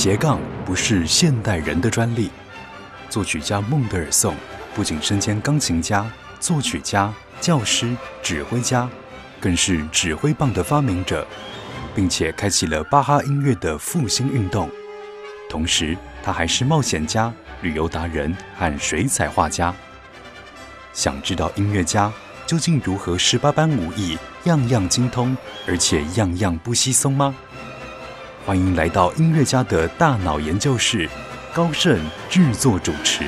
斜杠不是现代人的专利。作曲家孟德尔颂不仅身兼钢琴家、作曲家、教师、指挥家，更是指挥棒的发明者，并且开启了巴哈音乐的复兴运动。同时，他还是冒险家、旅游达人和水彩画家。想知道音乐家究竟如何18般武艺样样精通，而且样样不稀松吗？欢迎来到音乐家的大脑研究室，高盛制作主持。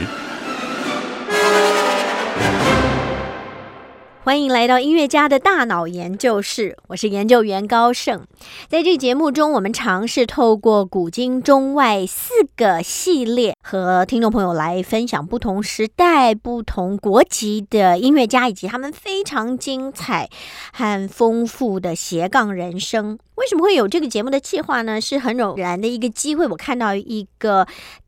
欢迎来到音乐家的大脑研究室，我是研究员高盛。在这个节目中，我们尝试透过古今中外4个系列，和听众朋友来分享不同时代、不同国籍的音乐家，以及他们非常精彩和丰富的斜杠人生。为什么会有这个节目的企划呢？是很偶然的一个机会，我看到一个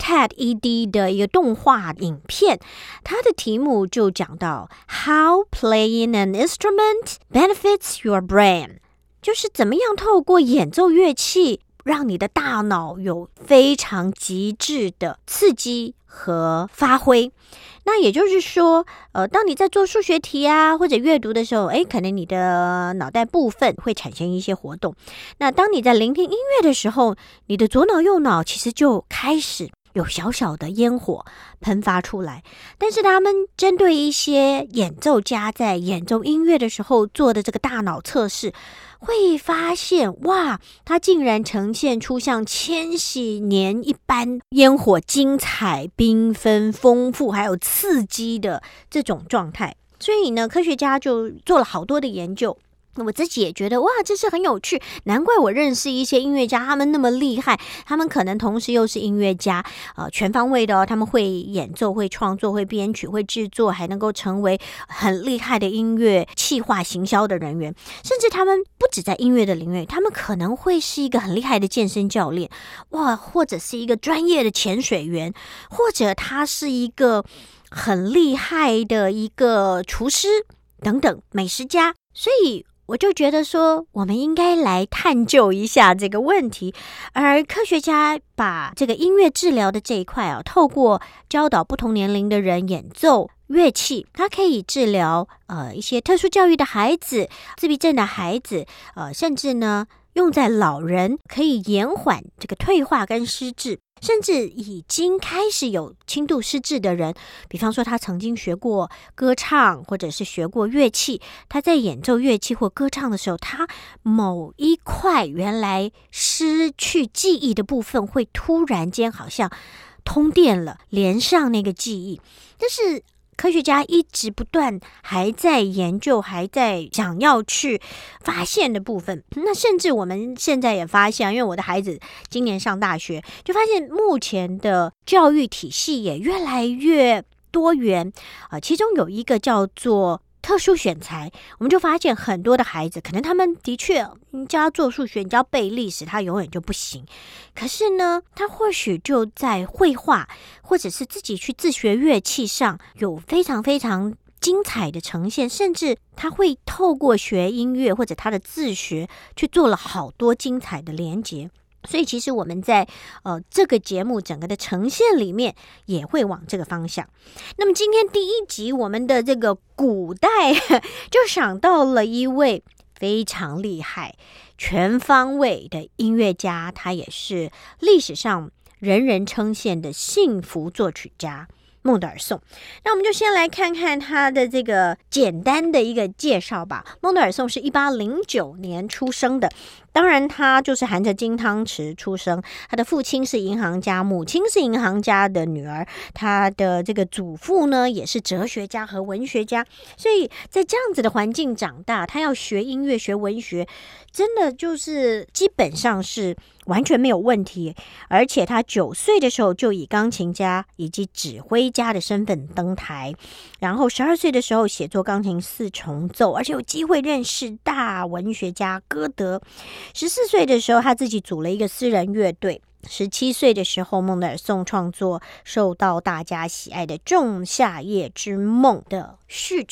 TED 的一个动画影片，它的题目就讲到 How playing an instrument benefits your brain， 就是怎么样透过演奏乐器让你的大脑有非常极致的刺激和发挥。那也就是说，当你在做数学题啊或者阅读的时候，可能你的脑袋部分会产生一些活动。那当你在聆听音乐的时候，你的左脑右脑其实就开始有小小的烟火喷发出来。但是他们针对一些演奏家在演奏音乐的时候做的这个大脑测试，会发现哇，它竟然呈现出像千禧年一般烟火精彩、缤纷、丰富还有刺激的这种状态。所以呢，科学家就做了好多的研究。我自己也觉得哇，这是很有趣，难怪我认识一些音乐家，他们那么厉害，他们可能同时又是音乐家，全方位的他们会演奏、会创作、会编曲、会制作，还能够成为很厉害的音乐企划行销的人员，甚至他们不止在音乐的领域，他们可能会是一个很厉害的健身教练，哇，或者是一个专业的潜水员，或者他是一个很厉害的一个厨师等等美食家。所以我就觉得说，我们应该来探究一下这个问题。而科学家把这个音乐治疗的这一块透过教导不同年龄的人演奏乐器，它可以治疗一些特殊教育的孩子、自闭症的孩子，甚至呢用在老人，可以延缓这个退化跟失智。甚至已经开始有轻度失智的人，比方说他曾经学过歌唱或者是学过乐器，他在演奏乐器或歌唱的时候，他某一块原来失去记忆的部分会突然间好像通电了，连上那个记忆。但是科学家一直不断还在研究，还在想要去发现的部分。那甚至我们现在也发现，因为我的孩子今年上大学，就发现目前的教育体系也越来越多元，其中有一个叫做特殊选材，我们就发现很多的孩子，可能他们的确，你叫他做数学，你叫他背历史，他永远就不行。可是呢，他或许就在绘画，或者是自己去自学乐器上，有非常非常精彩的呈现，甚至他会透过学音乐或者他的自学，去做了好多精彩的连结。所以其实我们在这个节目整个的呈现里面也会往这个方向。那么今天第一集我们的这个古代就想到了一位非常厉害、全方位的音乐家，他也是历史上人人称羡的幸福作曲家孟德尔颂。那我们就先来看看他的这个简单的一个介绍吧。孟德尔颂是1809年出生的，当然他就是含着金汤匙出生，他的父亲是银行家，母亲是银行家的女儿，他的这个祖父呢也是哲学家和文学家，所以在这样子的环境长大，他要学音乐学文学，真的就是基本上是完全没有问题。而且他9岁的时候就以钢琴家以及指挥家的身份登台，然后12岁的时候写作钢琴4重奏，而且有机会认识大文学家歌德。14岁的时候他自己组了一个私人乐队。17岁的时候，孟德尔颂创作受到大家喜爱的《仲夏夜之梦》的序曲。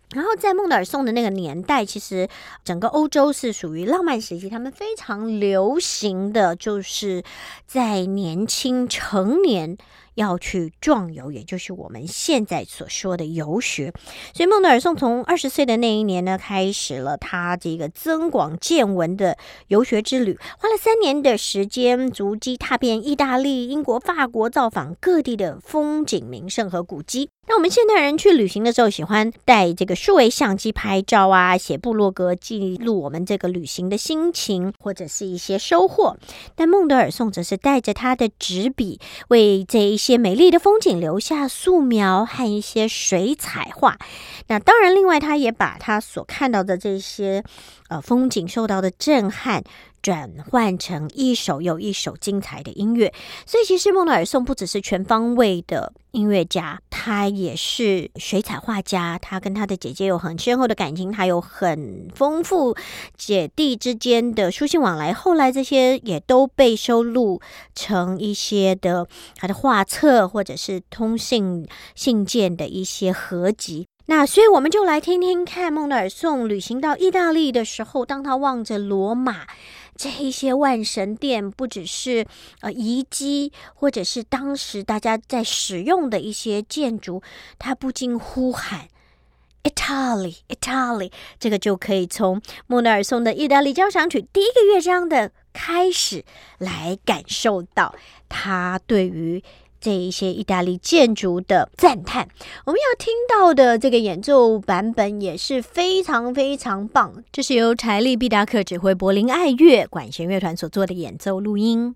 然后在孟德尔颂的那个年代，其实整个欧洲是属于浪漫时期，他们非常流行的就是在年轻成年要去壮游，也就是我们现在所说的游学。所以孟德尔颂从20岁的那一年呢，开始了他这个增广见闻的游学之旅，花了3年的时间，足迹踏遍意大利、英国、法国，造访各地的风景名胜和古迹。那我们现代人去旅行的时候，喜欢带这个数位相机拍照啊，写部落格记录我们这个旅行的心情或者是一些收获。但孟德尔颂则是带着他的纸笔，为这一些美丽的风景留下素描和一些水彩画。那当然，另外他也把他所看到的这些风景受到的震撼转换成一首又一首精彩的音乐。所以其实孟德尔颂不只是全方位的音乐家，他也是水彩画家，他跟他的姐姐有很深厚的感情，他有很丰富姐弟之间的书信往来，后来这些也都被收录成一些的他的画册或者是通信信件的一些合集。那所以我们就来听听看孟德尔颂旅行到意大利的时候，当他望着罗马这一些万神殿，不只是遗迹，或者是当时大家在使用的一些建筑，他不禁呼喊 Italy Italy。 这个就可以从孟德尔颂的意大利交响曲第1个乐章的开始来感受到他对于这一些意大利建筑的赞叹。我们要听到的这个演奏版本也是非常非常棒，这是由柴利毕达克指挥柏林爱乐管弦乐团所做的演奏录音。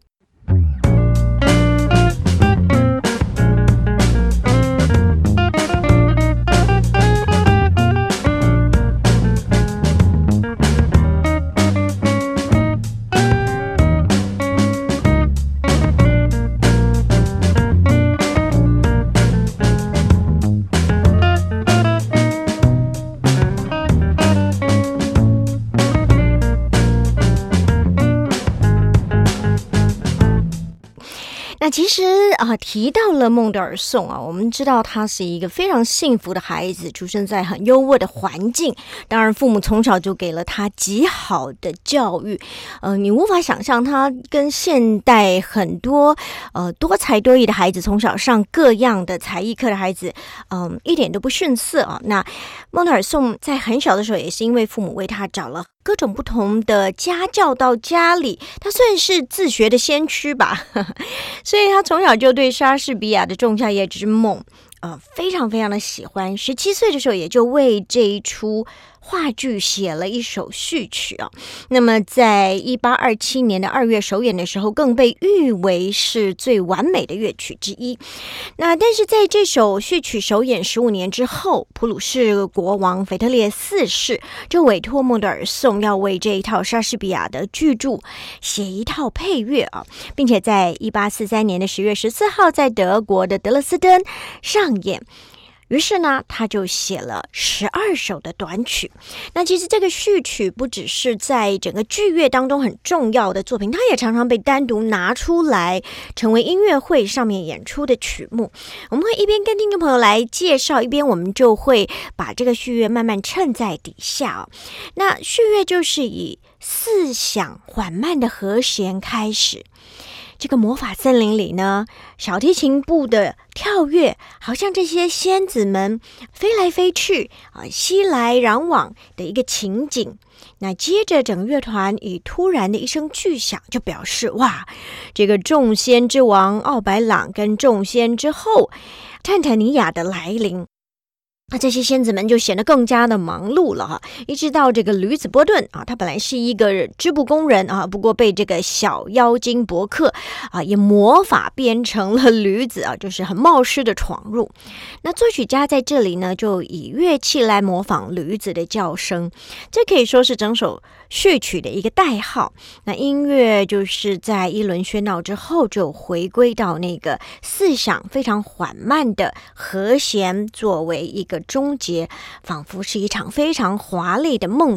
那其实提到了孟德尔颂我们知道他是一个非常幸福的孩子，出生在很优渥的环境，当然父母从小就给了他极好的教育。你无法想象他跟现代很多多才多艺的孩子，从小上各样的才艺课的孩子一点都不逊色那孟德尔颂在很小的时候，也是因为父母为他找了各种不同的家教到家里，他算是自学的先驱吧所以他从小就对莎士比亚的《仲夏夜之梦》非常非常的喜欢。17岁的时候，也就为这一出话剧写了一首序曲那么在1827年的2月首演的时候，更被誉为是最完美的乐曲之一。那但是在这首序曲首演15年之后，普鲁士国王腓特烈4世就委托孟德尔颂要为这一套莎士比亚的巨著写一套配乐并且在1843年的10月14号在德国的德勒斯登上演。于是呢，他就写了12首的短曲。那其实这个序曲不只是在整个剧乐当中很重要的作品，它也常常被单独拿出来成为音乐会上面演出的曲目。我们会一边跟听众朋友来介绍，一边我们就会把这个序乐慢慢衬在底下那序乐就是以4响缓慢的和弦开始。这个魔法森林里呢，小提琴部的跳跃好像这些仙子们飞来飞去熙来攘往的一个情景。那接着整个乐团以突然的一声巨响，就表示哇，这个众仙之王奥白朗跟众仙之后泰坦尼亚的来临。那这些仙子们就显得更加的忙碌了一直到这个驴子波顿他本来是一个织布工人不过被这个小妖精伯克以魔法变成了驴子就是很冒失的闯入。那作曲家在这里呢，就以乐器来模仿驴子的叫声，这可以说是整首序曲的一个代号。那音乐就是在一轮喧闹之后，就回归到那个4响非常缓慢的和弦作为一个终结，仿佛是一场非常华丽的梦境。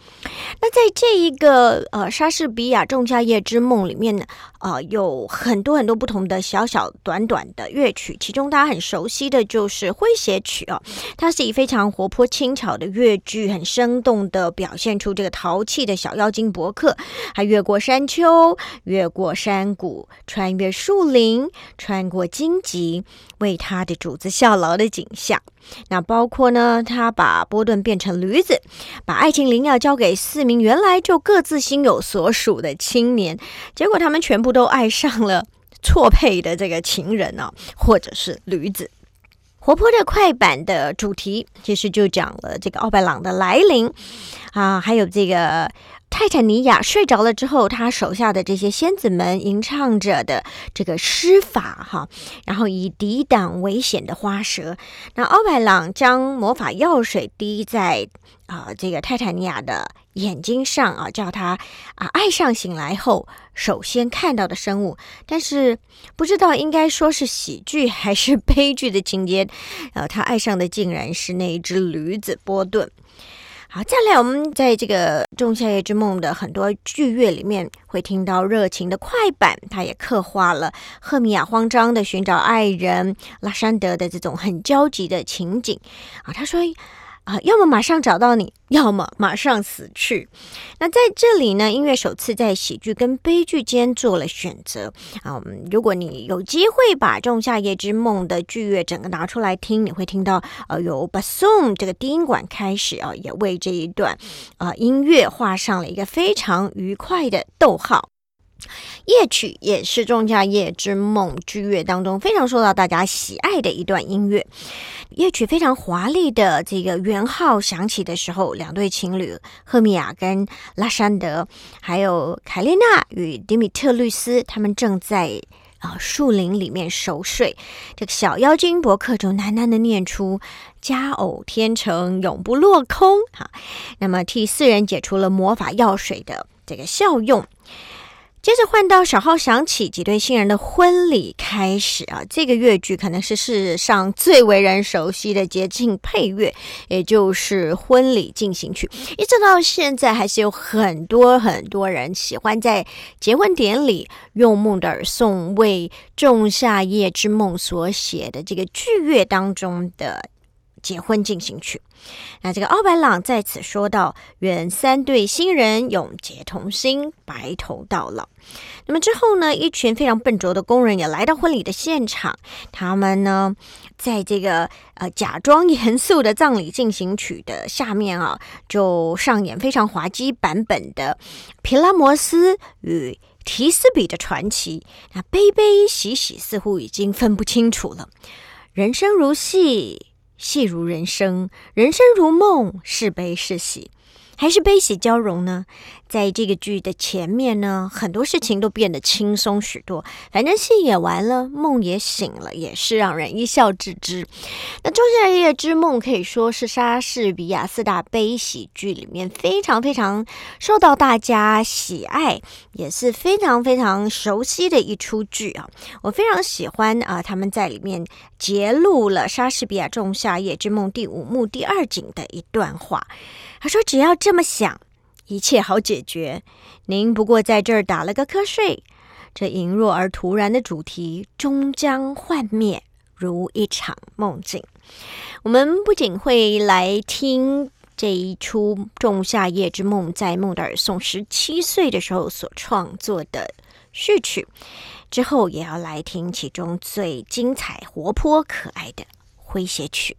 那在这一个莎士比亚《仲夏夜之梦》里面呢，有很多很多不同的小小短短的乐曲，其中大家很熟悉的就是诙谐曲哦，它是以非常活泼轻巧的乐句，很生动的表现出这个淘气的小妖精伯克，还越过山丘，越过山谷，穿越树林，穿过荆棘，为他的主子效劳的景象。那包括呢，他把波顿变成驴子，把爱情灵药交给4名原来就各自心有所属的青年，结果他们全部都爱上了错配的这个情人哦，或者是驴子。活泼的快板的主题其实就讲了这个奥白朗的来临还有这个泰坦尼亚睡着了之后，他手下的这些仙子们吟唱着的这个诗法然后以抵挡危险的花蛇。那奥白朗将魔法药水滴在这个泰坦尼亚的眼睛上叫他爱上醒来后首先看到的生物，但是不知道应该说是喜剧还是悲剧的情节，他爱上的竟然是那一只驴子波顿。好，再来我们在这个《仲夏夜之梦》的很多剧乐里面会听到热情的快板，它也刻画了赫米亚慌张的寻找爱人拉山德的这种很焦急的情景他说要么马上找到你，要么马上死去。那在这里呢，音乐首次在喜剧跟悲剧间做了选择如果你有机会把《仲夏夜之梦》的剧乐整个拿出来听，你会听到由 bassoon 这个低音管开始也为这一段音乐画上了一个非常愉快的逗号。夜曲也是《仲夏夜之梦》剧乐当中非常受到大家喜爱的一段音乐。夜曲非常华丽的这个圆号响起的时候，两对情侣赫米亚跟拉山德，还有凯列娜与迪米特律斯，他们正在树林里面熟睡。这个小妖精伯克就喃喃的念出佳偶天成，永不落空那么替4人解除了魔法药水的这个效用。接着换到小号响起，几对新人的婚礼开始这个乐剧可能是事实上最为人熟悉的节庆配乐，也就是婚礼进行曲。一直到现在还是有很多很多人喜欢在结婚典礼用孟德尔颂为《仲夏夜之梦》所写的这个剧乐当中的结婚进行曲。那这个奥白朗在此说到，愿3对新人永结同心，白头到老。那么之后呢，一群非常笨拙的工人也来到婚礼的现场，他们呢在这个假装严肃的葬礼进行曲的下面就上演非常滑稽版本的皮拉摩斯与提斯比的传奇。那悲悲喜喜似乎已经分不清楚了，人生如戏，戏如人生，人生如梦，是悲是喜，还是悲喜交融呢？在这个剧的前面呢，很多事情都变得轻松许多，反正戏也完了，梦也醒了，也是让人一笑置之。那《仲夏夜之梦》可以说是莎士比亚4大悲喜剧里面非常非常受到大家喜爱，也是非常非常熟悉的一出剧我非常喜欢他们在里面揭露了莎士比亚《仲夏夜之梦》第5幕第2景的一段话。他说，只要这么想，一切好解决。您不过在这儿打了个瞌睡，这羸弱而突然的主题终将幻灭，如一场梦境。我们不仅会来听这一出《仲夏夜之梦》在孟德尔颂17岁的时候所创作的序曲，之后也要来听其中最精彩、活泼、可爱的诙谐曲。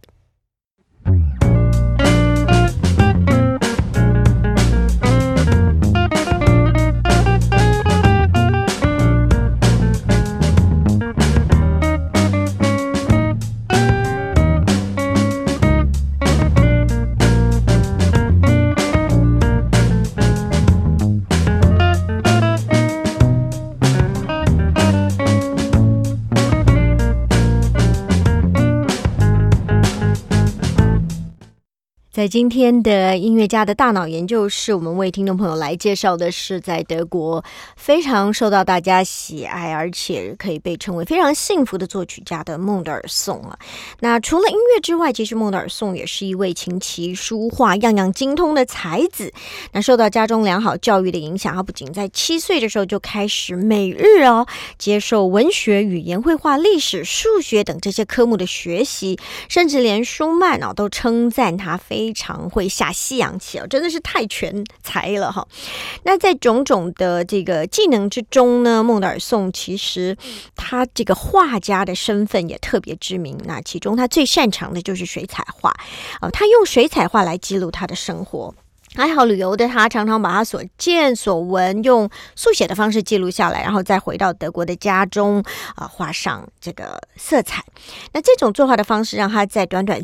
在今天的音乐家的大脑研究室，我们为听众朋友来介绍的是在德国非常受到大家喜爱，而且可以被称为非常幸福的作曲家的孟德尔颂啊。那除了音乐之外，其实孟德尔颂也是一位琴棋书画样样精通的才子。那受到家中良好教育的影响，他不仅在7岁的时候就开始每日接受文学、语言、绘画、历史、数学等这些科目的学习，甚至连舒曼都称赞他非常会下西洋棋真的是太全才了哈。那在种种的这个技能之中呢，孟德尔颂其实他这个画家的身份也特别知名。那其中他最擅长的就是水彩画他用水彩画来记录他的生活。爱好旅游的他常常把他所见所闻用速写的方式记录下来，然后再回到德国的家中画上这个色彩。那这种作画的方式让他在短短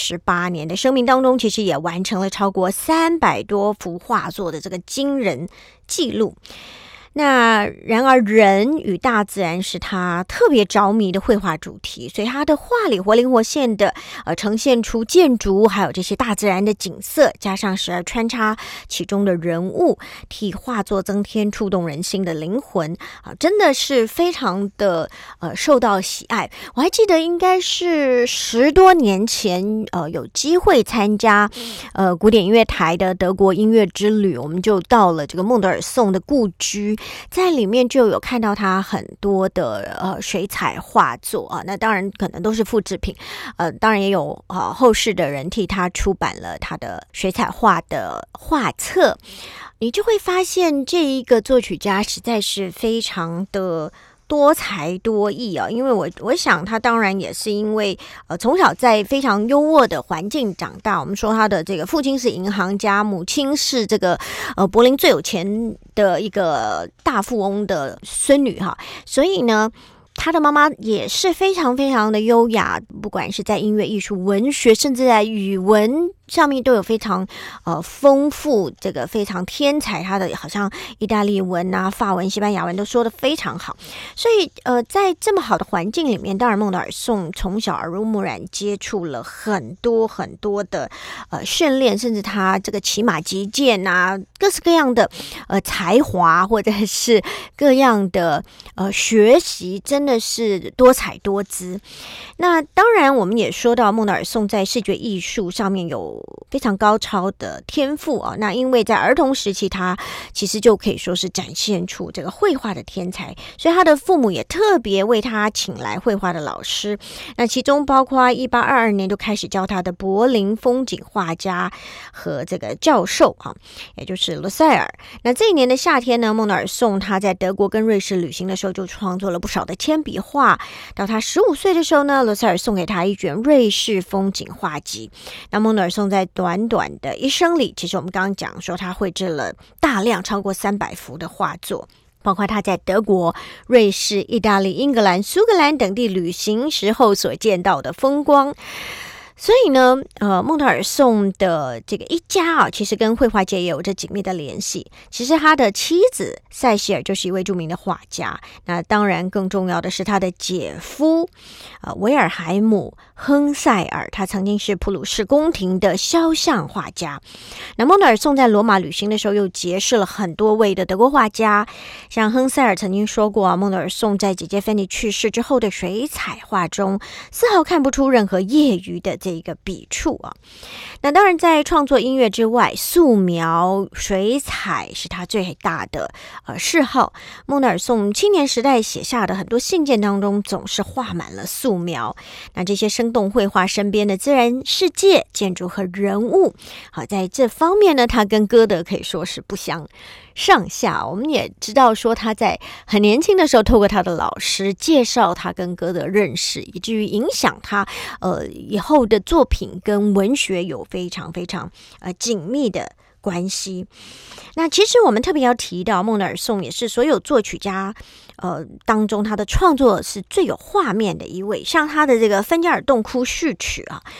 38年的生命当中，其实也完成了超过300多幅画作的这个惊人记录。那然而人与大自然是他特别着迷的绘画主题，所以他的画里活灵活现的呈现出建筑还有这些大自然的景色，加上时而穿插其中的人物，替画作增添触动人心的灵魂真的是非常的受到喜爱。我还记得应该是10多年前有机会参加古典音乐台的德国音乐之旅，我们就到了这个孟德尔颂的故居，在里面就有看到他很多的水彩画作那当然可能都是复制品，当然也有后世的人替他出版了他的水彩画的画册。你就会发现这一个作曲家实在是非常的多才多艺因为我想他当然也是因为从小在非常优渥的环境长大。我们说他的这个父亲是银行家，母亲是这个柏林最有钱的一个大富翁的孙女所以呢他的妈妈也是非常非常的优雅，不管是在音乐、艺术、文学，甚至在语文上面都有非常丰富，这个非常天才，他的好像意大利文法文、西班牙文都说得非常好。所以在这么好的环境里面，当然孟德尔颂从小耳濡目染接触了很多很多的训练，甚至他这个骑马击剑各式各样的才华或者是各样的学习，真的是多彩多姿。那当然我们也说到孟德尔颂在视觉艺术上面有非常高超的天赋那因为在儿童时期他其实就可以说是展现出这个绘画的天才，所以他的父母也特别为他请来绘画的老师，那其中包括1822年就开始教他的柏林风景画家和这个教授也就是罗塞尔。那这一年的夏天呢，孟德尔颂他在德国跟瑞士旅行的时候就创作了不少的铅笔画。到他15岁的时候呢，罗塞尔送给他一卷瑞士风景画集。那孟德尔颂在短短的一生里，其实我们刚刚讲说他绘制了大量超过300幅的画作，包括他在德国、瑞士、意大利、英格兰、苏格兰等地旅行时候所见到的风光。所以呢孟德尔颂的这个一家其实跟绘画界也有着紧密的联系。其实他的妻子塞西尔就是一位著名的画家，那当然更重要的是他的姐夫维尔海姆亨塞尔，他曾经是普鲁士宫廷的肖像画家。那孟德尔颂在罗马旅行的时候又结识了很多位的德国画家，像亨塞尔曾经说过孟德尔颂在姐姐芬妮去世之后的水彩画中丝毫看不出任何业余的这个笔触那当然在创作音乐之外，素描、水彩是他最大的嗜好。孟德尔颂青年时代写下的很多信件当中总是画满了素描，那这些生动绘画身边的自然世界、建筑和人物在这方面呢，他跟歌德可以说是不相上下。我们也知道说他在很年轻的时候透过他的老师介绍他跟歌德认识，以至于影响他以后的作品跟文学有非常非常紧密的关系。那其实我们特别要提到孟德尔颂也是所有作曲家当中他的创作是最有画面的一位，像他的这个芬加尔洞窟序曲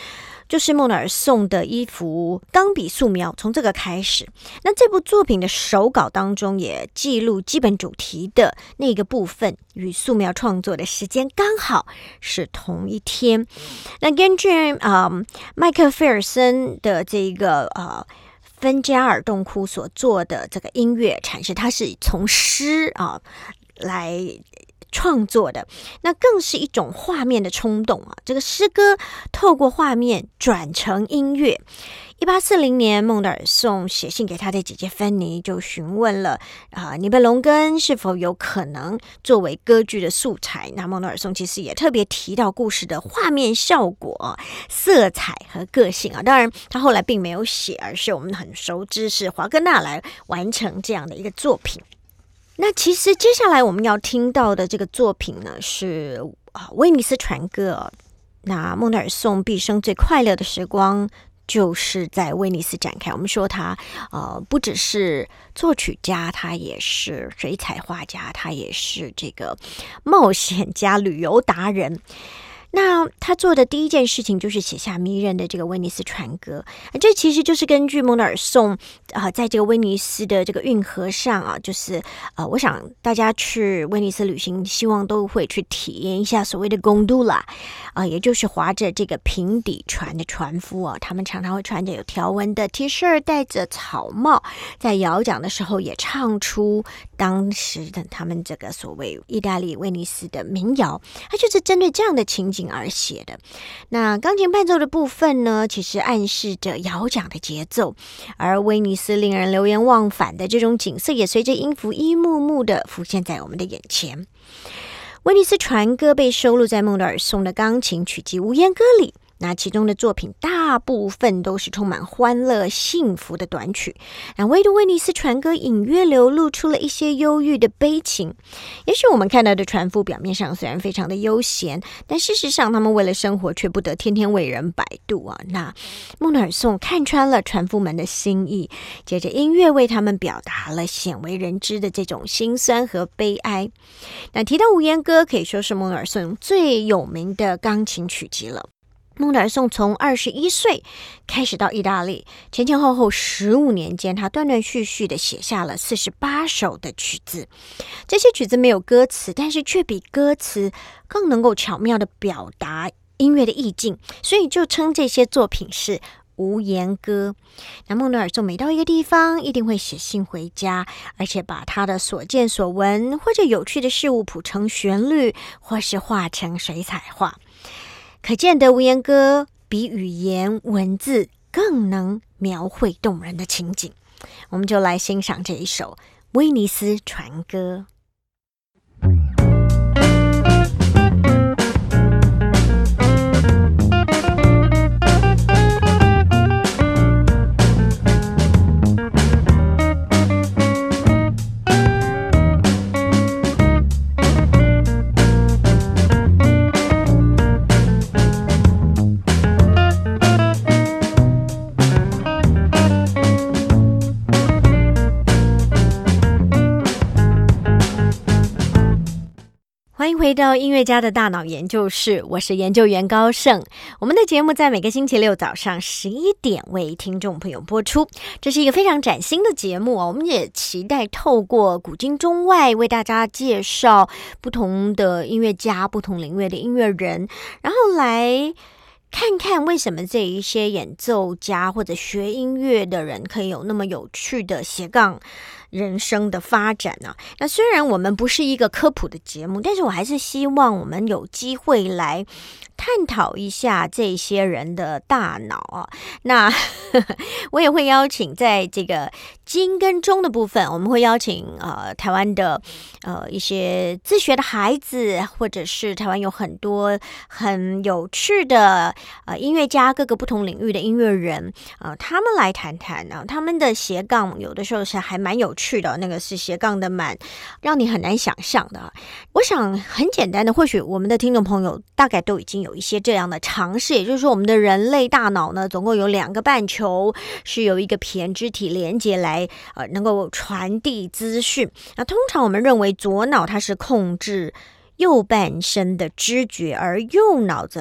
就是孟德尔颂的一幅钢笔素描，从这个开始。那这部作品的手稿当中也记录基本主题的那个部分与素描创作的时间刚好是同一天。那根据麦克菲尔森的这个芬加尔洞窟所做的这个音乐阐释，它是从诗来创作的，那更是一种画面的冲动这个诗歌透过画面转成音乐。1840年，孟德尔颂写信给他的姐姐芬妮，就询问了尼贝龙根是否有可能作为歌剧的素材。那孟德尔颂其实也特别提到故事的画面效果、色彩和个性当然他后来并没有写，而是我们很熟知是华格纳来完成这样的一个作品。那其实接下来我们要听到的这个作品呢，是威尼斯船歌。那孟德尔颂毕生最快乐的时光就是在威尼斯展开。我们说他不只是作曲家，他也是水彩画家，他也是这个冒险家、旅游达人。那他做的第一件事情就是写下迷人的这个威尼斯船歌，这其实就是根据孟德尔颂在这个威尼斯的这个运河上就是我想大家去威尼斯旅行希望都会去体验一下所谓的gondola也就是划着这个平底船的船夫他们常常会穿着有条纹的 T 恤，戴着草帽，在摇桨的时候也唱出当时的他们这个所谓意大利威尼斯的民谣，它就是针对这样的情景而写的。那钢琴伴奏的部分呢，其实暗示着摇桨的节奏，而威尼斯令人流连忘返的这种景色也随着音符一幕幕的浮现在我们的眼前。威尼斯船歌被收录在孟德尔颂的钢琴曲集《无言歌》里，那其中的作品大部分都是充满欢乐幸福的短曲，那唯独威尼斯船歌隐约流露出了一些忧郁的悲情。也许我们看到的船夫表面上虽然非常的悠闲，但事实上他们为了生活却不得天天为人摆渡那孟德尔颂看穿了船夫们的心意，借着音乐为他们表达了鲜为人知的这种辛酸和悲哀。那提到无言歌，可以说是孟德尔颂最有名的钢琴曲集了。孟德尔颂从21岁开始到意大利，前前后后15年间，他断断续续的写下了48首的曲子。这些曲子没有歌词，但是却比歌词更能够巧妙的表达音乐的意境，所以就称这些作品是无言歌。那孟德尔颂每到一个地方一定会写信回家，而且把他的所见所闻或者有趣的事物谱成旋律，或是画成水彩画。可见的无言歌比语言文字更能描绘动人的情景。我们就来欣赏这一首威尼斯船歌。欢迎回到音乐家的大脑研究室，我是研究员高盛。我们的节目在每个星期六早上11点为听众朋友播出，这是一个非常崭新的节目我们也期待透过古今中外为大家介绍不同的音乐家、不同领域的音乐人，然后来看看为什么这一些演奏家或者学音乐的人可以有那么有趣的斜杠人生的发展那虽然我们不是一个科普的节目，但是我还是希望我们有机会来探讨一下这些人的大脑那我也会邀请在这个金跟中的部分，我们会邀请台湾的一些自学的孩子，或者是台湾有很多很有趣的音乐家，各个不同领域的音乐人他们来谈谈他们的斜杠有的时候是还蛮有趣的，那个是斜杠的蛮让你很难想象的我想很简单的，或许我们的听众朋友大概都已经有一些这样的尝试，也就是说我们的人类大脑呢总共有2个半球，是由一个胼胝体连接来能够传递资讯。那通常我们认为左脑它是控制右半身的知觉，而右脑则负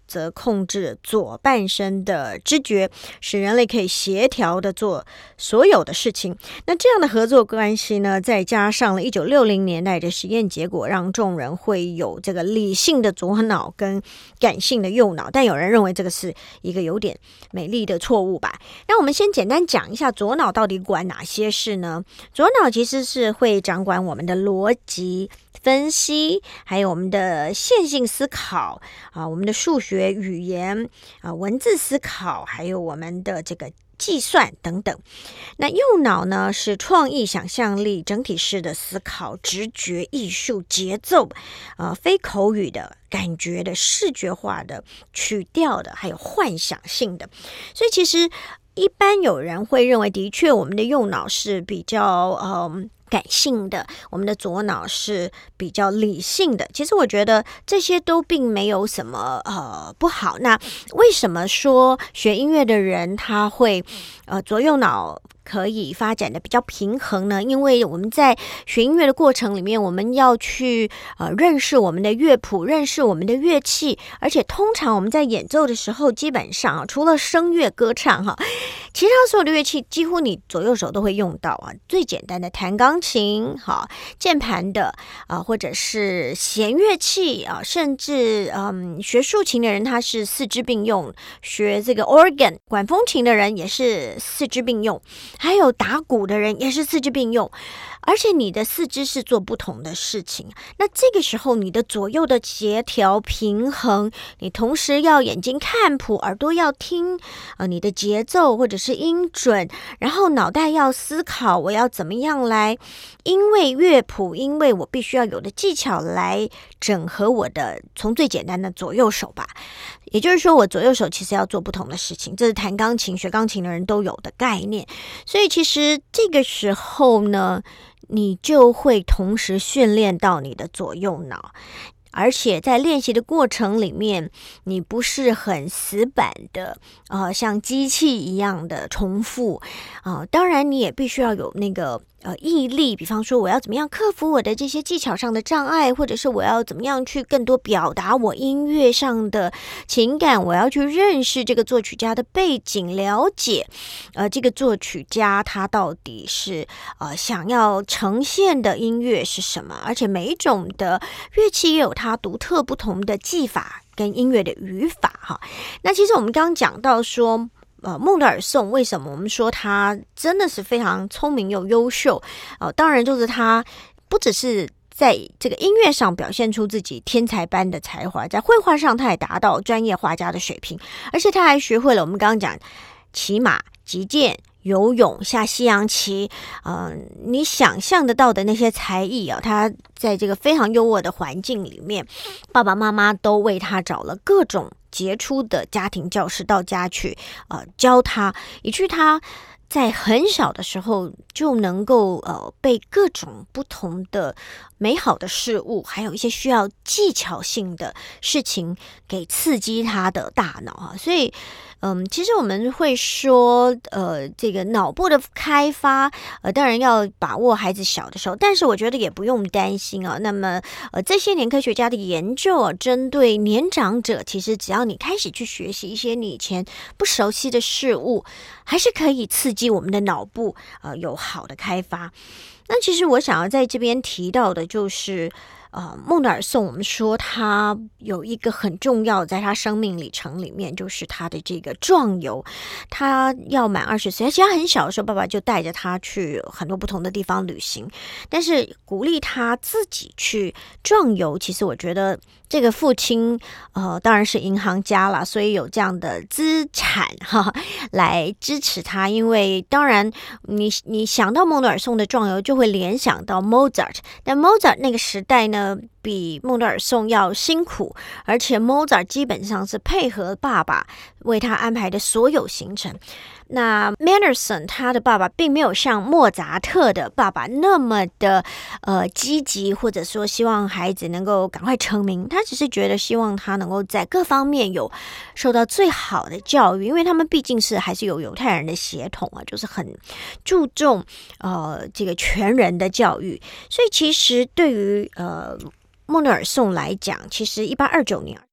则控制左半身的知觉，使人类可以协调的做所有的事情。那这样的合作关系呢，再加上了1960年代的实验结果，让众人会有这个理性的左脑跟感性的右脑，但有人认为这个是一个有点美丽的错误吧。那我们先简单讲一下左脑到底管哪些事呢？左脑其实是会掌管我们的逻辑分析，还有我们的线性思考我们的数学语言文字思考，还有我们的这个计算等等。那右脑呢，是创意、想象力、整体式的思考、直觉、艺术、节奏非口语的、感觉的、视觉化的、曲调的，还有幻想性的。所以其实一般有人会认为，的确我们的右脑是比较感性的，我们的左脑是比较理性的。其实我觉得这些都并没有什么不好。那为什么说学音乐的人他会左右脑可以发展的比较平衡呢？因为我们在学音乐的过程里面，我们要去认识我们的乐谱，认识我们的乐器，而且通常我们在演奏的时候，基本上除了声乐歌唱其他所有的乐器几乎你左右手都会用到最简单的弹钢琴键盘的或者是弦乐器甚至学竖琴的人他是四肢并用，学这个 organ 管风琴的人也是四肢并用，还有打鼓的人也是四肢并用，而且你的四肢是做不同的事情。那这个时候你的左右的协调平衡，你同时要眼睛看谱，耳朵要听你的节奏或者是音准，然后脑袋要思考我要怎么样来因为乐谱，因为我必须要有的技巧来整合我的从最简单的左右手吧。也就是说我左右手其实要做不同的事情，这是弹钢琴学钢琴的人都有的概念。所以其实这个时候呢，你就会同时训练到你的左右脑，而且在练习的过程里面，你不是很死板的像机器一样的重复当然你也必须要有那个毅力，比方说我要怎么样克服我的这些技巧上的障碍，或者是我要怎么样去更多表达我音乐上的情感，我要去认识这个作曲家的背景，了解这个作曲家他到底是想要呈现的音乐是什么，而且每一种的乐器也有它独特不同的技法跟音乐的语法那其实我们刚刚讲到说孟德尔颂为什么我们说他真的是非常聪明又优秀当然就是他不只是在这个音乐上表现出自己天才般的才华，在绘画上他也达到专业画家的水平，而且他还学会了我们刚刚讲骑马、击剑、游泳、下西洋棋你想象得到的那些才艺他在这个非常优渥的环境里面，爸爸妈妈都为他找了各种杰出的家庭教师到家去教他，以致他在很小的时候就能够被各种不同的美好的事物，还有一些需要技巧性的事情给刺激他的大脑所以其实我们会说这个脑部的开发当然要把握孩子小的时候，但是我觉得也不用担心那么这些年科学家的研究针对年长者，其实只要你开始去学习一些你以前不熟悉的事物，还是可以刺激我们的脑部有好的开发。那其实我想要在这边提到的就是孟德尔颂，我们说他有一个很重要在他生命里程里面，就是他的这个壮游。他要满20岁，其实他很小的时候爸爸就带着他去很多不同的地方旅行，但是鼓励他自己去壮游，其实我觉得这个父亲当然是银行家啦，所以有这样的资产来支持他。因为当然你想到孟德尔颂的壮游就会联想到 Mozart， 但 Mozart 那个时代呢比孟德尔颂要辛苦，而且 Mozart 基本上是配合爸爸为他安排的所有行程。那 Mendelssohn 他的爸爸并没有像莫扎特的爸爸那么的积极，或者说希望孩子能够赶快成名，他只是觉得希望他能够在各方面有受到最好的教育，因为他们毕竟是还是有犹太人的血统就是很注重这个全人的教育。所以其实对于孟德尔颂来讲，其实1829年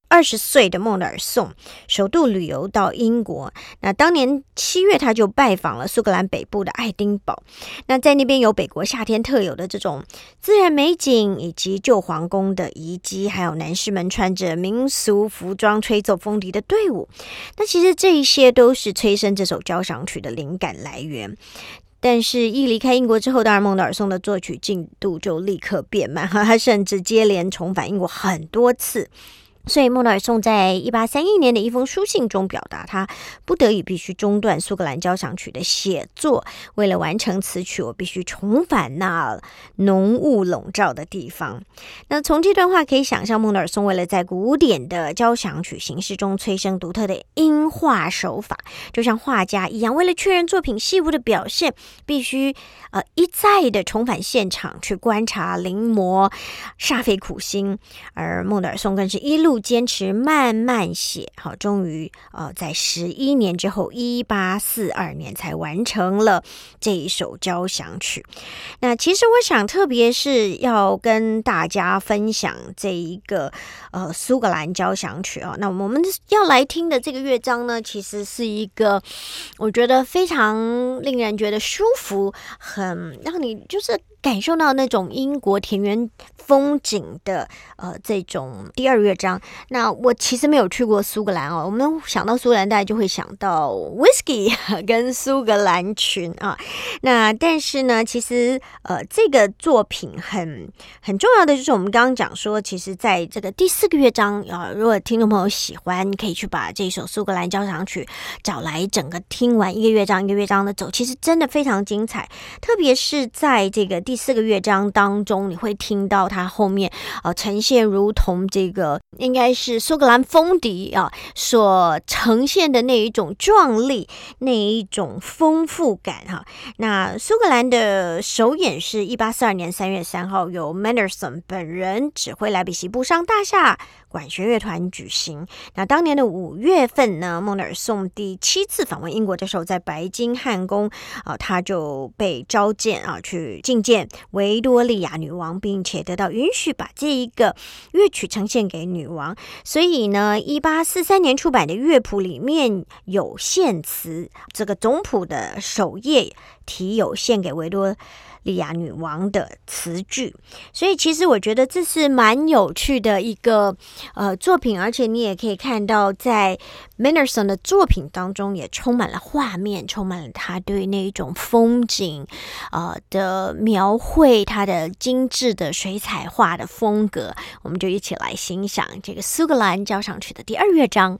20岁的孟德尔颂首度旅游到英国，那当年7月他就拜访了苏格兰北部的爱丁堡，那在那边有北国夏天特有的这种自然美景，以及旧皇宫的遗迹，还有男士们穿着民俗服装吹奏风笛的队伍。那其实这一些都是催生这首交响曲的灵感来源。但是一离开英国之后，当然孟德尔颂的作曲进度就立刻变慢，他甚至接连重返英国很多次。所以孟德尔颂在1831年的一封书信中表达，他不得已必须中断苏格兰交响曲的写作，为了完成此曲，我必须重返那浓雾笼罩的地方。那从这段话可以想象，孟德尔颂为了在古典的交响曲形式中催生独特的音画手法，就像画家一样，为了确认作品细部的表现，必须一再的重返现场去观察临摹，煞费苦心。而孟德尔颂更是一路坚持慢慢写，好，终于在11年之后1842年才完成了这一首交响曲。那其实我想特别是要跟大家分享这一个苏格兰交响曲那我们要来听的这个乐章呢，其实是一个我觉得非常令人觉得舒服，很让你就是感受到那种英国田园风景的这种第2乐章。那我其实没有去过苏格兰我们想到苏格兰大家就会想到 whisky 跟苏格兰群那但是呢，其实这个作品很重要的就是我们刚刚讲说，其实在这个第4个乐章如果听众朋友喜欢，可以去把这首苏格兰交响曲找来整个听完，一个乐章一个乐章的走，其实真的非常精彩。特别是在这个第4个乐章当中，你会听到它后面呈现如同这个应该是苏格兰风笛所呈现的那一种壮丽，那一种丰富感那苏格兰的首演是1842年3月3号由 Mendelssohn 本人指挥莱比锡布商大厦管弦乐团举行。那当年的5月份呢，孟德尔颂第7次访问英国的时候，在白金汉宫他就被召见去觐见维多利亚女王，并且得到允许把这一个乐曲呈现给女王。所以呢1843年出版的乐谱里面有献词，这个总谱的首页题有献给维多利亚女王的词句。所以其实我觉得这是蛮有趣的一个作品，而且你也可以看到在 Mendelssohn 的作品当中也充满了画面，充满了他对那种风景的描绘，他的精致的水彩画的风格。我们就一起来欣赏这个苏格兰交响曲的第2乐章。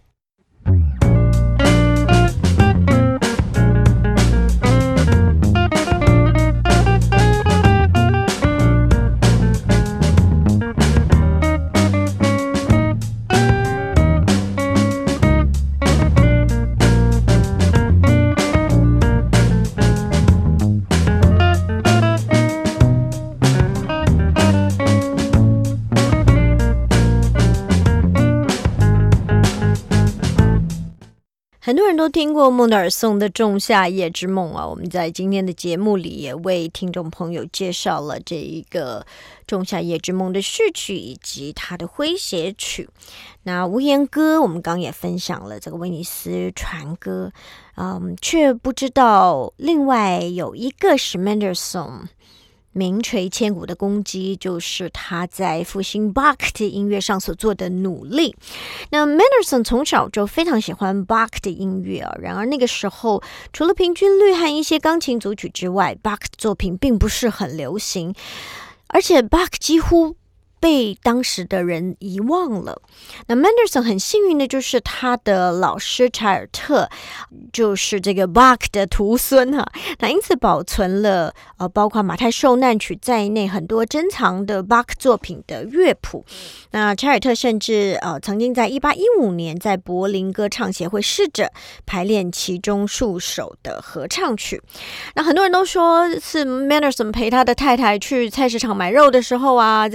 很多人都听过孟德尔颂的《仲夏夜之梦》我们在今天的节目里也为听众朋友介绍了这一个《仲夏夜之梦》的序曲以及它的诙谐曲。那无言歌我们刚也分享了这个威尼斯船歌，却不知道另外有一个是 Mendelssohn名垂千古的功绩，就是他在复兴 Bach 的音乐上所做的努力。那 Mendelssohn 从小就非常喜欢 Bach 的音乐然而那个时候除了平均律和一些钢琴组曲之外， Bach 的作品并不是很流行，而且 Bach 几乎被当时的人遗忘了。那 Mendelssohn 很幸运的就是他的老师柴尔特就是这个 Bach 的徒孙那因此保存了包括马太受难曲在内很多珍藏的 Bach 作品的乐谱。那柴尔特甚至曾经在1815年在柏林歌唱协会试着排练其中数首的合唱曲。那很多人都说是 Mendelssohn 陪他的太太去菜市场买肉的时候这个肉贩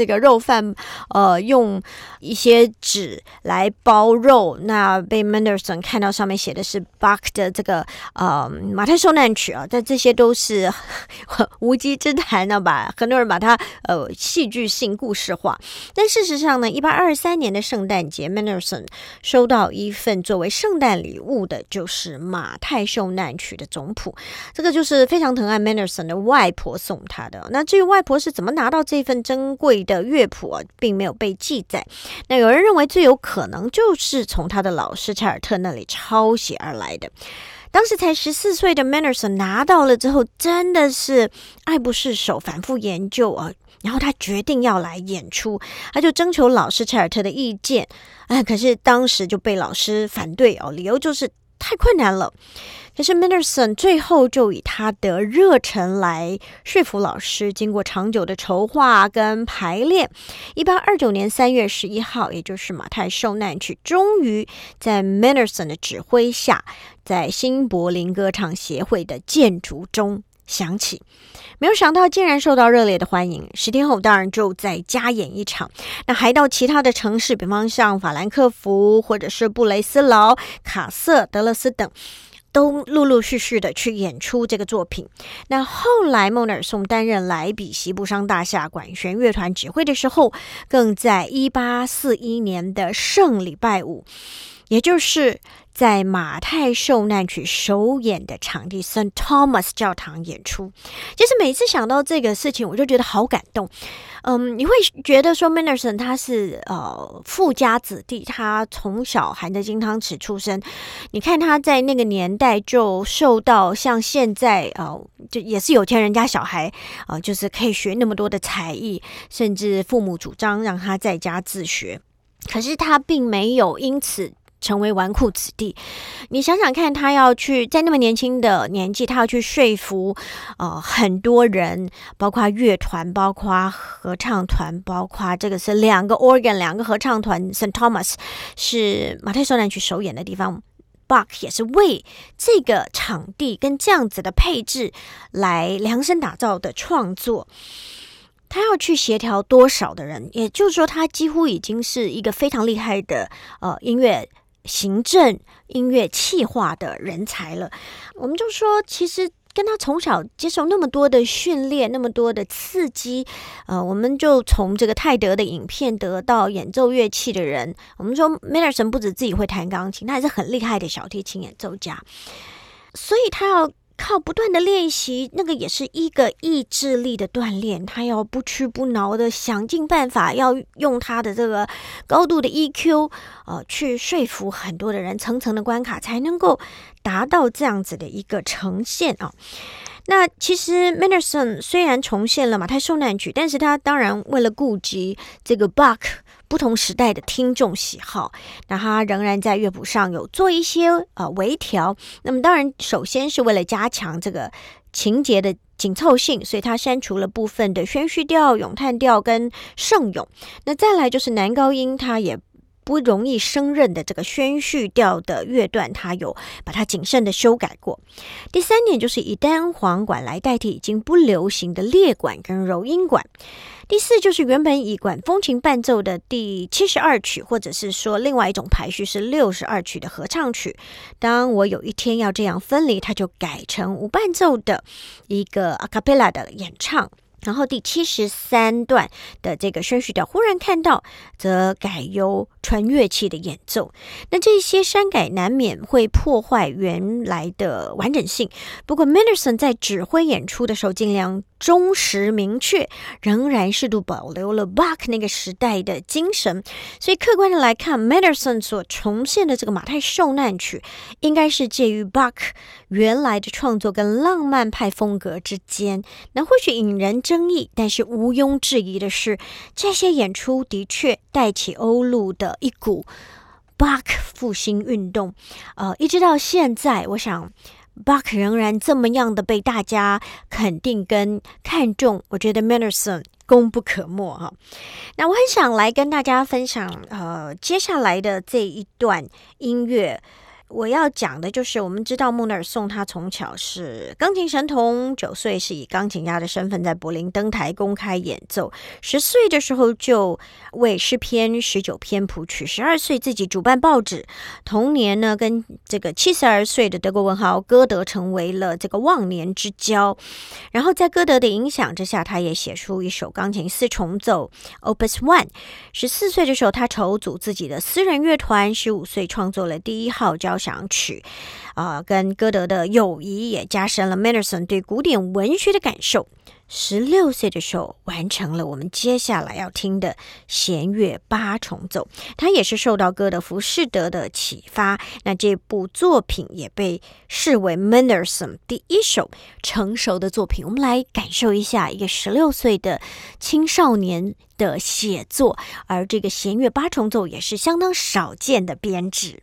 饭用一些纸来包肉，那被 Mendelssohn 看到上面写的是 Bach 的这个马太受难曲啊，但这些都是无稽之谈呢吧，很多人把它戏剧性故事化。但事实上呢，1823年的圣诞节 Mendelssohn 收到一份作为圣诞礼物的就是马太受难曲的总谱，这个就是非常疼爱 Mendelssohn 的外婆送他的。那至于外婆是怎么拿到这份珍贵的乐谱并没有被记载。那有人认为最有可能就是从他的老师柴尔特那里抄写而来的。当时才14岁的 Mendelssohn 拿到了之后，真的是爱不释手，反复研究然后他决定要来演出，他就征求老师柴尔特的意见，可是当时就被老师反对理由就是太困难了。可是 Mendelssohn 最后就以他的热忱来说服老师，经过长久的筹划跟排练，1829年3月11号，也就是马太受难曲，终于在 Mendelssohn 的指挥下，在新柏林歌唱协会的建筑中响起。没有想到竟然受到热烈的欢迎，10天后当然就再加演一场，那还到其他的城市，比方像法兰克福或者是布雷斯劳、卡瑟、德勒斯等，都陆陆续续的去演出这个作品。那后来孟德尔颂担任莱比锡布商大厦管弦乐团指挥的时候，更在1841年的圣礼拜五，也就是在马太受难曲首演的场地 St. Thomas 教堂演出。其实每次想到这个事情，我就觉得好感动。你会觉得说 Mendelssohn 他是富家子弟，他从小含着金汤匙出生。你看他在那个年代就受到像现在就也是有钱人家小孩就是可以学那么多的才艺，甚至父母主张让他在家自学。可是他并没有因此成为纨绔子弟。你想想看，他要去在那么年轻的年纪，他要去说服很多人，包括乐团，包括合唱团，包括这个是2个 organ 2个合唱团 St. Thomas 是马太受难曲首演的地方。Bach 也是为这个场地跟这样子的配置来量身打造的创作。他要去协调多少的人，也就是说他几乎已经是一个非常厉害的音乐行政、音乐企划的人才了。我们就说其实跟他从小接受那么多的训练，那么多的刺激，我们就从这个泰德的影片得到演奏乐器的人。我们说 Mendelssohn 不止自己会弹钢琴，他还是很厉害的小提琴演奏家，所以他要靠不断的练习，那个也是一个意志力的锻炼，他要不屈不挠的想尽办法，要用他的这个高度的 EQ 去说服很多的人，层层的关卡才能够达到这样子的一个呈现那其实 Mendelssohn 虽然重现了马太受难曲，但是他当然为了顾及这个 Bach 不同时代的听众喜好，那他仍然在乐谱上有做一些微调。那么当然首先是为了加强这个情节的紧凑性，所以他删除了部分的宣叙调、咏叹调跟圣咏。那再来就是男高音，他也不容易胜任的这个宣叙调的乐段，他有把它谨慎的修改过。第3点就是以单簧管来代替已经不流行的列管跟柔音管。第4就是原本以管风琴伴奏的第72曲，或者是说另外一种排序是62曲的合唱曲，当我有一天要这样分离，它就改成无伴奏的一个 a cappella 的演唱。然后第73段的这个宣叙调忽然看到，则改由纯乐器的演奏。那这些删改难免会破坏原来的完整性，不过 Mendelssohn 在指挥演出的时候尽量忠实明确，仍然适度保留了 Bach 那个时代的精神。所以客观的来看， Mendelssohn 所重现的这个马太受难曲应该是介于 Bach 原来的创作跟浪漫派风格之间。那或许引人争议，但是毋庸置疑的是，这些演出的确带起欧陆的一股 Bach 复兴运动。一直到现在，我想Bach 仍然这么样的被大家肯定跟看重，我觉得 Mendelssohn 功不可没那我很想来跟大家分享接下来的这一段音乐， 我要讲的就是我们知道孟德尔颂他从小是钢琴神童，9岁是以钢琴家的身份在柏林登台公开演奏，10岁的时候就为诗篇19篇谱曲，12岁自己主办报纸，同年呢跟这个72岁的德国文豪歌德成为了这个忘年之交，然后在歌德的影响之下，他也写出一首钢琴4重奏 Opus 1。14岁的时候他筹组自己的私人乐团，15岁创作了第1号交响曲，跟歌德的友谊也加深了 Mendelssohn 对古典文学的感受。16岁的时候完成了我们接下来要听的弦乐8重奏，他也是受到歌德浮士德的启发，那这部作品也被视为 Mendelssohn 第1首成熟的作品。我们来感受一下一个16岁的青少年的写作，而这个弦乐8重奏也是相当少见的编制。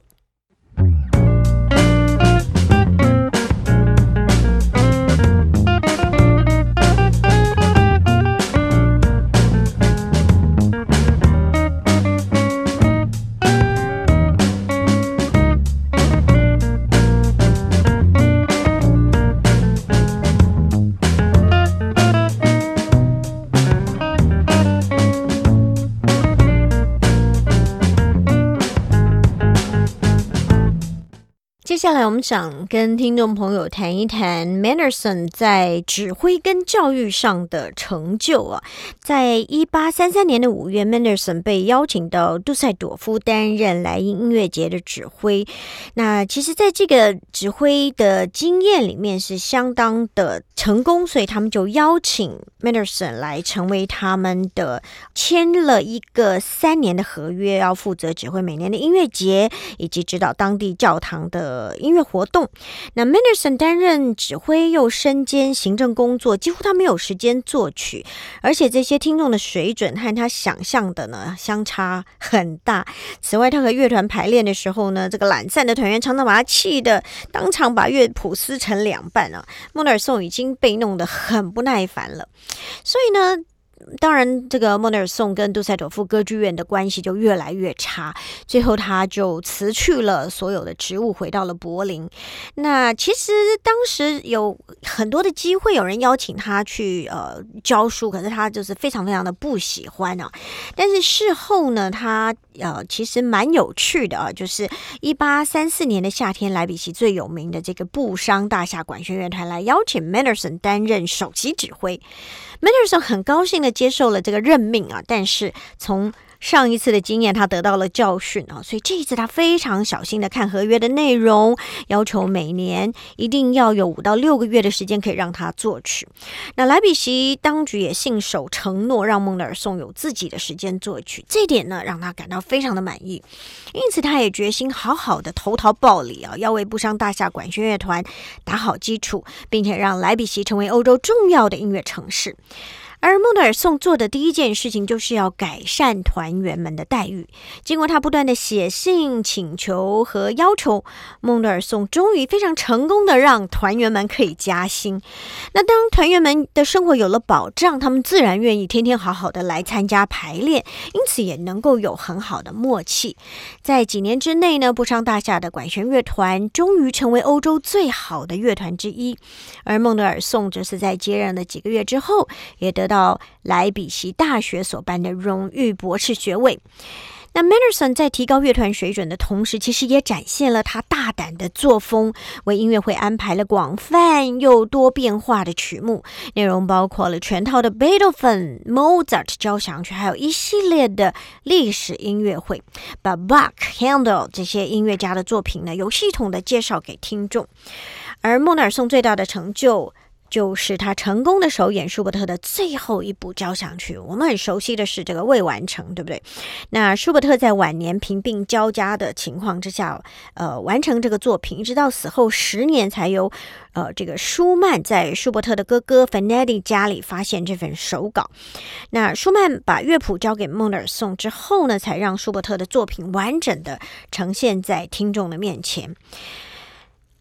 接下来我们想跟听众朋友谈一谈 Mendelssohn 在指挥跟教育上的成就啊。在1833年的5月 Mendelssohn 被邀请到杜塞朵夫担任莱茵音乐节的指挥，那其实在这个指挥的经验里面是相当的成功，所以他们就邀请 Mendelssohn 来成为他们的，签了一个3年的合约，要负责指挥每年的音乐节以及指导当地教堂的音乐活动。那 Mendelssohn 担任指挥又身兼行政工作，几乎他没有时间作曲，而且这些听众的水准和他想象的呢相差很大。此外，他和乐团排练的时候呢，这个懒散的团员常常把他气得当场把乐谱撕成2半啊。孟德尔颂已经被弄得很不耐烦了，所以呢当然这个孟德尔颂跟杜塞朵夫歌剧院的关系就越来越差，最后他就辞去了所有的职务，回到了柏林。那其实当时有很多的机会，有人邀请他去教书，可是他就是非常非常的不喜欢啊。但是事后呢，他其实蛮有趣的啊，就是1834年的夏天，莱比锡最有名的这个布商大厦管弦乐团来邀请 Mendelssohn 担任首席指挥。Mendelssohn 很高兴的接受了这个任命啊，但是从上一次的经验他得到了教训啊，所以这一次他非常小心的看合约的内容，要求每年一定要有5到6个月的时间可以让他作曲。那莱比锡当局也信守承诺，让孟德尔颂有自己的时间作曲，这一点呢让他感到非常的满意，因此他也决心好好的投桃报李啊，要为布商大厦管弦乐团打好基础，并且让莱比锡成为欧洲重要的音乐城市。而孟德尔颂做的第一件事情就是要改善团员们的待遇。经过他不断的写信、请求和要求，孟德尔颂终于非常成功的让团员们可以加薪。那当团员们的生活有了保障，他们自然愿意天天好好的来参加排练，因此也能够有很好的默契。在几年之内呢，布商大厦的管弦乐团终于成为欧洲最好的乐团之一。而孟德尔颂则是在接任的几个月之后，也得到莱比锡大学所颁的荣誉博士学位。那 Mendelssohn 在提高乐团水准的同时，其实也展现了他大胆的作风，为音乐会安排了广泛又多变化的曲目，内容包括了全套的贝多芬、Mozart 交响曲，还有一系列的历史音乐会，把 Bach、Handel 这些音乐家的作品呢有系统的介绍给听众。而孟德尔颂最大的成就是他成功的首演舒伯特的最后一部交响曲。我们很熟悉的是这个未完成，对不对？那舒伯特在晚年贫病交加的情况之下，完成这个作品，一直到死后10年才由这个舒曼在舒伯特的哥哥 Venedi 家里发现这份手稿。那舒曼把乐谱交给孟德尔颂之后呢，才让舒伯特的作品完整的呈现在听众的面前。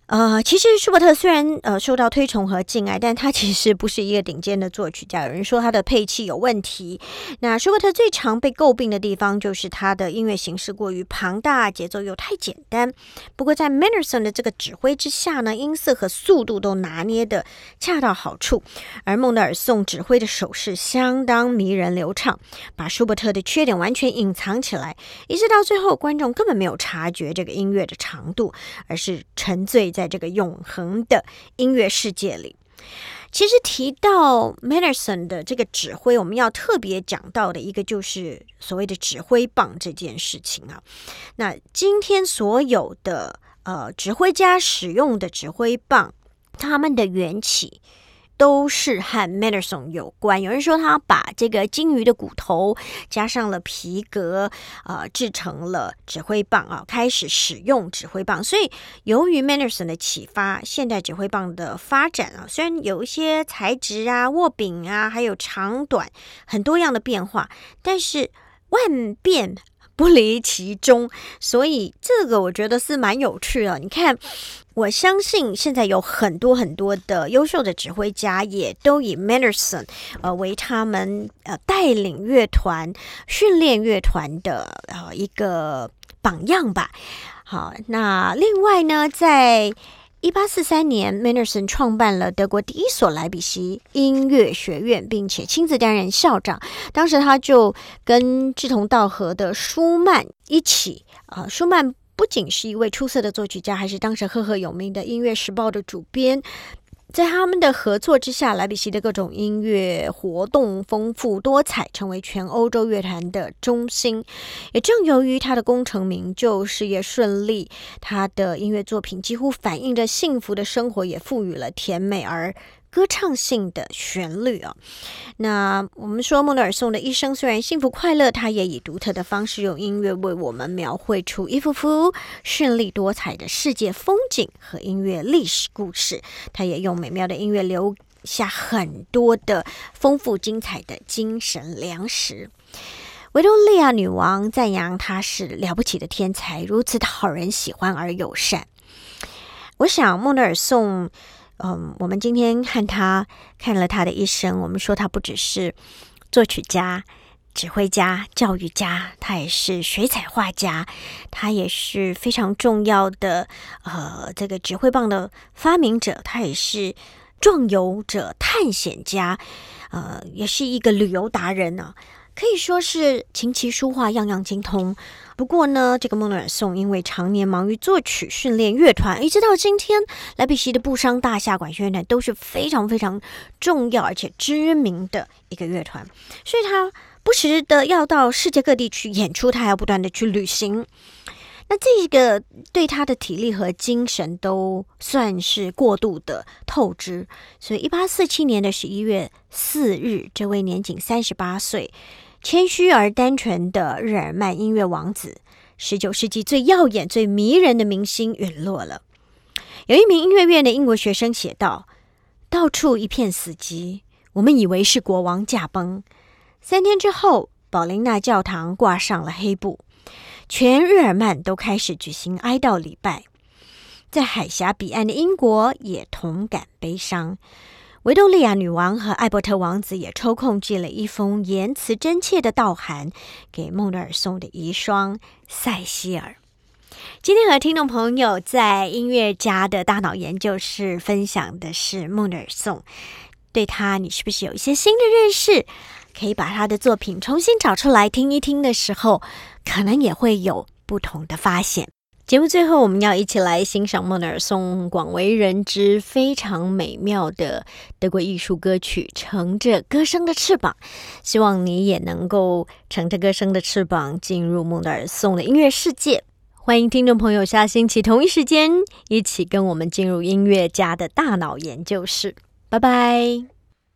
其实舒伯特虽然受到推崇和敬爱，但他其实不是一个顶尖的作曲家。有人说他的配器有问题。那舒伯特最常被诟病的地方就是他的音乐形式过于庞大，节奏又太简单。不过在 Mendelssohn 的这个指挥之下呢，音色和速度都拿捏的恰到好处。而孟德尔颂指挥的手势相当迷人流畅，把舒伯特的缺点完全隐藏起来，一直到最后观众根本没有察觉这个音乐的长度，而是沉醉在这个永恒的音乐世界里。其实提到 Mendelssohn 的这个指挥，我们要特别讲到的一个就是所谓的指挥棒这件事情啊。那今天所有的指挥家使用的指挥棒，他们的缘起都是和 Mendelssohn 有关。有人说他把这个金鱼的骨头加上了皮革，制成了指挥棒啊，开始使用指挥棒。所以由于 Mendelssohn 的启发，现代指挥棒的发展啊，虽然有一些材质啊、握柄啊，还有长短很多样的变化，但是万变不离其宗，所以这个我觉得是蛮有趣的。你看，我相信现在有很多很多的优秀的指挥家也都以 Mendelssohn 为他们带领乐团、训练乐团的一个榜样吧。好，那另外呢，在1843年 Mendelssohn 创办了德国第一所莱比锡音乐学院，并且亲自担任校长。当时他就跟志同道合的舒曼一起，舒曼不仅是一位出色的作曲家，还是当时赫赫有名的音乐时报的主编。在他们的合作之下，莱比锡的各种音乐活动丰富多彩，成为全欧洲乐坛的中心。也正由于他的功成名就，事业顺利，他的音乐作品几乎反映着幸福的生活，也赋予了甜美而歌唱性的旋律啊。那我们说孟德尔颂的一生虽然幸福快乐，他也以独特的方式用音乐为我们描绘出一幅幅绚丽多彩的世界风景和音乐历史故事。他也用美妙的音乐留下很多的丰富精彩的精神粮食。维多利亚女王赞扬他是了不起的天才，如此讨人喜欢而友善。我想孟德尔颂我们今天看了他的一生，我们说他不只是作曲家、指挥家、教育家，他也是水彩画家，他也是非常重要的这个指挥棒的发明者，他也是壮游者、探险家，也是一个旅游达人啊，可以说是琴棋书画样样精通。不过呢，这个孟德尔颂因为常年忙于作曲、训练乐团，一直到今天，莱比锡的布商大厦管弦乐团都是非常非常重要而且知名的一个乐团，所以他不时的要到世界各地去演出，他还要不断的去旅行。那这个对他的体力和精神都算是过度的透支，所以1847年的11月4日，这位年仅38岁、谦虚而单纯的日耳曼音乐王子，19世纪最耀眼、最迷人的明星陨落了。有一名音乐院的英国学生写道：到处一片死寂，我们以为是国王驾崩。3天之后，宝琳娜教堂挂上了黑布，全日耳曼都开始举行哀悼礼拜。在海峡彼岸的英国也同感悲伤。维多利亚女王和艾伯特王子也抽空寄了一封言辞真切的悼函给孟德尔颂的遗孀塞西尔。今天和听众朋友在音乐家的大脑研究室分享的是孟德尔颂，对他你是不是有一些新的认识？可以把他的作品重新找出来听一听的时候，可能也会有不同的发现。节目最后，我们要一起来欣赏孟德尔颂广为人知、非常美妙的德国艺术歌曲《乘着歌声的翅膀》。希望你也能够乘着歌声的翅膀进入孟德尔颂的音乐世界。欢迎听众朋友下星期同一时间一起跟我们进入音乐家的大脑研究室。拜拜。 音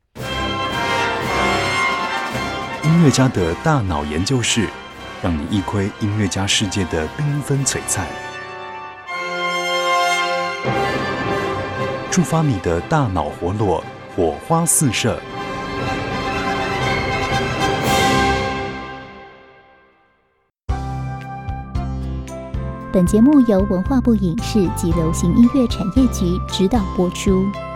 乐家的大脑研究室，让你一窥音乐家世界的缤纷璀璨，触发你的大脑活络，火花四射。 本本节目由文化部影视及流行音乐产业局指导播出。